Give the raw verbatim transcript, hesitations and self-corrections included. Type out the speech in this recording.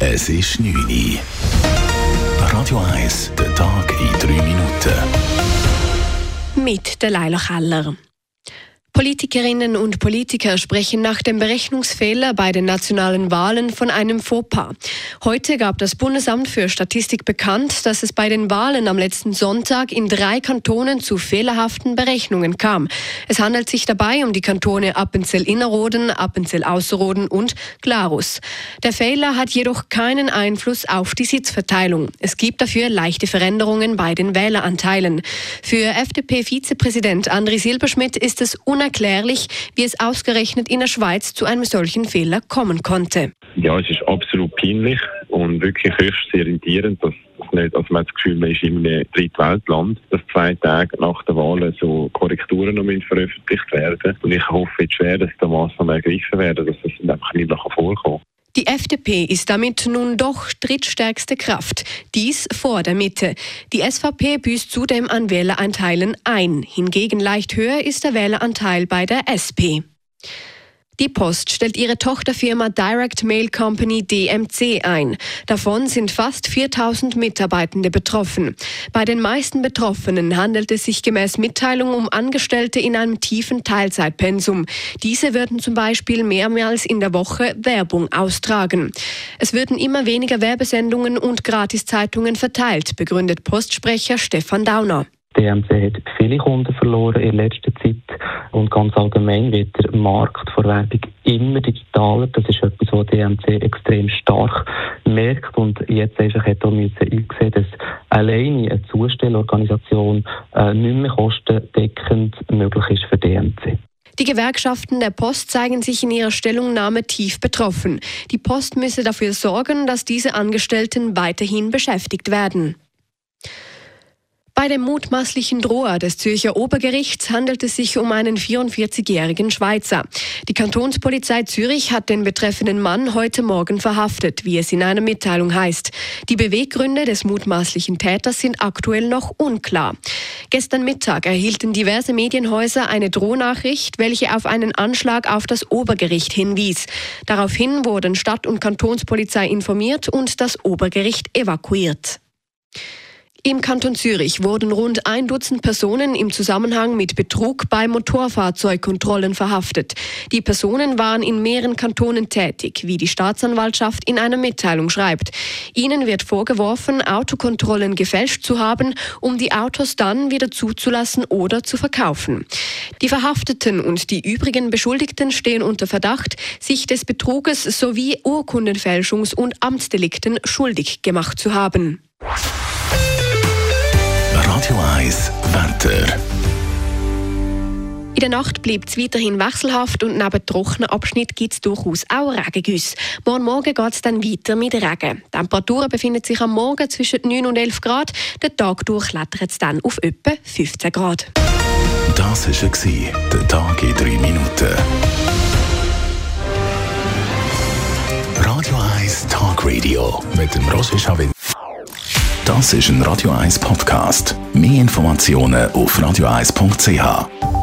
Es ist neun Uhr. Radio eins, der Tag in drei Minuten. Mit der Leila Keller. Politikerinnen und Politiker sprechen nach dem Berechnungsfehler bei den nationalen Wahlen von einem Fauxpas. Heute gab das Bundesamt für Statistik bekannt, dass es bei den Wahlen am letzten Sonntag in drei Kantonen zu fehlerhaften Berechnungen kam. Es handelt sich dabei um die Kantone Appenzell-Innerrhoden, Appenzell-Ausserrhoden und Glarus. Der Fehler hat jedoch keinen Einfluss auf die Sitzverteilung. Es gibt dafür leichte Veränderungen bei den Wähleranteilen. Für F D P-Vizepräsident Andri Silberschmidt ist es unerklärlich, Unerklärlich, wie es ausgerechnet in der Schweiz zu einem solchen Fehler kommen konnte. Ja, es ist absolut peinlich und wirklich höchst irritierend, dass nicht, also man hat das Gefühl, man ist in einem Drittweltland, dass zwei Tage nach der Wahl so Korrekturen noch veröffentlicht werden. Und ich hoffe jetzt schwer, dass da Massnahmen ergriffen werden, dass das einfach nicht mehr vorkommen kann. Die F D P ist damit nun doch drittstärkste Kraft. Dies vor der Mitte. Die S V P büßt zudem an Wähleranteilen ein. Hingegen leicht höher ist der Wähleranteil bei der S P. Die Post stellt ihre Tochterfirma Direct Mail Company D M C ein. Davon sind fast viertausend Mitarbeitende betroffen. Bei den meisten Betroffenen handelt es sich gemäß Mitteilung um Angestellte in einem tiefen Teilzeitpensum. Diese würden zum Beispiel mehrmals in der Woche Werbung austragen. Es würden immer weniger Werbesendungen und Gratiszeitungen verteilt, begründet Postsprecher Stefan Dauner. D M C hat viele Kunden verloren in letzter Zeit und ganz allgemein wird der Markt vor Werbung immer digitaler. Das ist etwas, was D M C extrem stark merkt und jetzt einfach hat er müssen einsehen, dass alleine eine Zustellorganisation äh, nicht mehr kostendeckend möglich ist für D M C. Die Gewerkschaften der Post zeigen sich in ihrer Stellungnahme tief betroffen. Die Post müsse dafür sorgen, dass diese Angestellten weiterhin beschäftigt werden. Bei dem mutmaßlichen Droher des Zürcher Obergerichts handelt es sich um einen vierundvierzigjährigen Schweizer. Die Kantonspolizei Zürich hat den betreffenden Mann heute Morgen verhaftet, wie es in einer Mitteilung heißt. Die Beweggründe des mutmaßlichen Täters sind aktuell noch unklar. Gestern Mittag erhielten diverse Medienhäuser eine Drohnachricht, welche auf einen Anschlag auf das Obergericht hinwies. Daraufhin wurden Stadt- und Kantonspolizei informiert und das Obergericht evakuiert. Im Kanton Zürich wurden rund ein Dutzend Personen im Zusammenhang mit Betrug bei Motorfahrzeugkontrollen verhaftet. Die Personen waren in mehreren Kantonen tätig, wie die Staatsanwaltschaft in einer Mitteilung schreibt. Ihnen wird vorgeworfen, Autokontrollen gefälscht zu haben, um die Autos dann wieder zuzulassen oder zu verkaufen. Die Verhafteten und die übrigen Beschuldigten stehen unter Verdacht, sich des Betruges sowie Urkundenfälschungs- und Amtsdelikten schuldig gemacht zu haben. Radio eins Wetter. In der Nacht bleibt es weiterhin wechselhaft und neben trockenen Abschnitten gibt es durchaus auch Regengüsse. Morgen Morgen geht es dann weiter mit Regen. Die Temperaturen befinden sich am Morgen zwischen neun und elf Grad. Den Tag durch klettert es dann auf etwa fünfzehn Grad. Das war der Tag in drei Minuten. Radio eins Talk Radio mit dem Roger Schawin. Das ist ein Radio eins Podcast. Mehr Informationen auf radio eins punkt c h.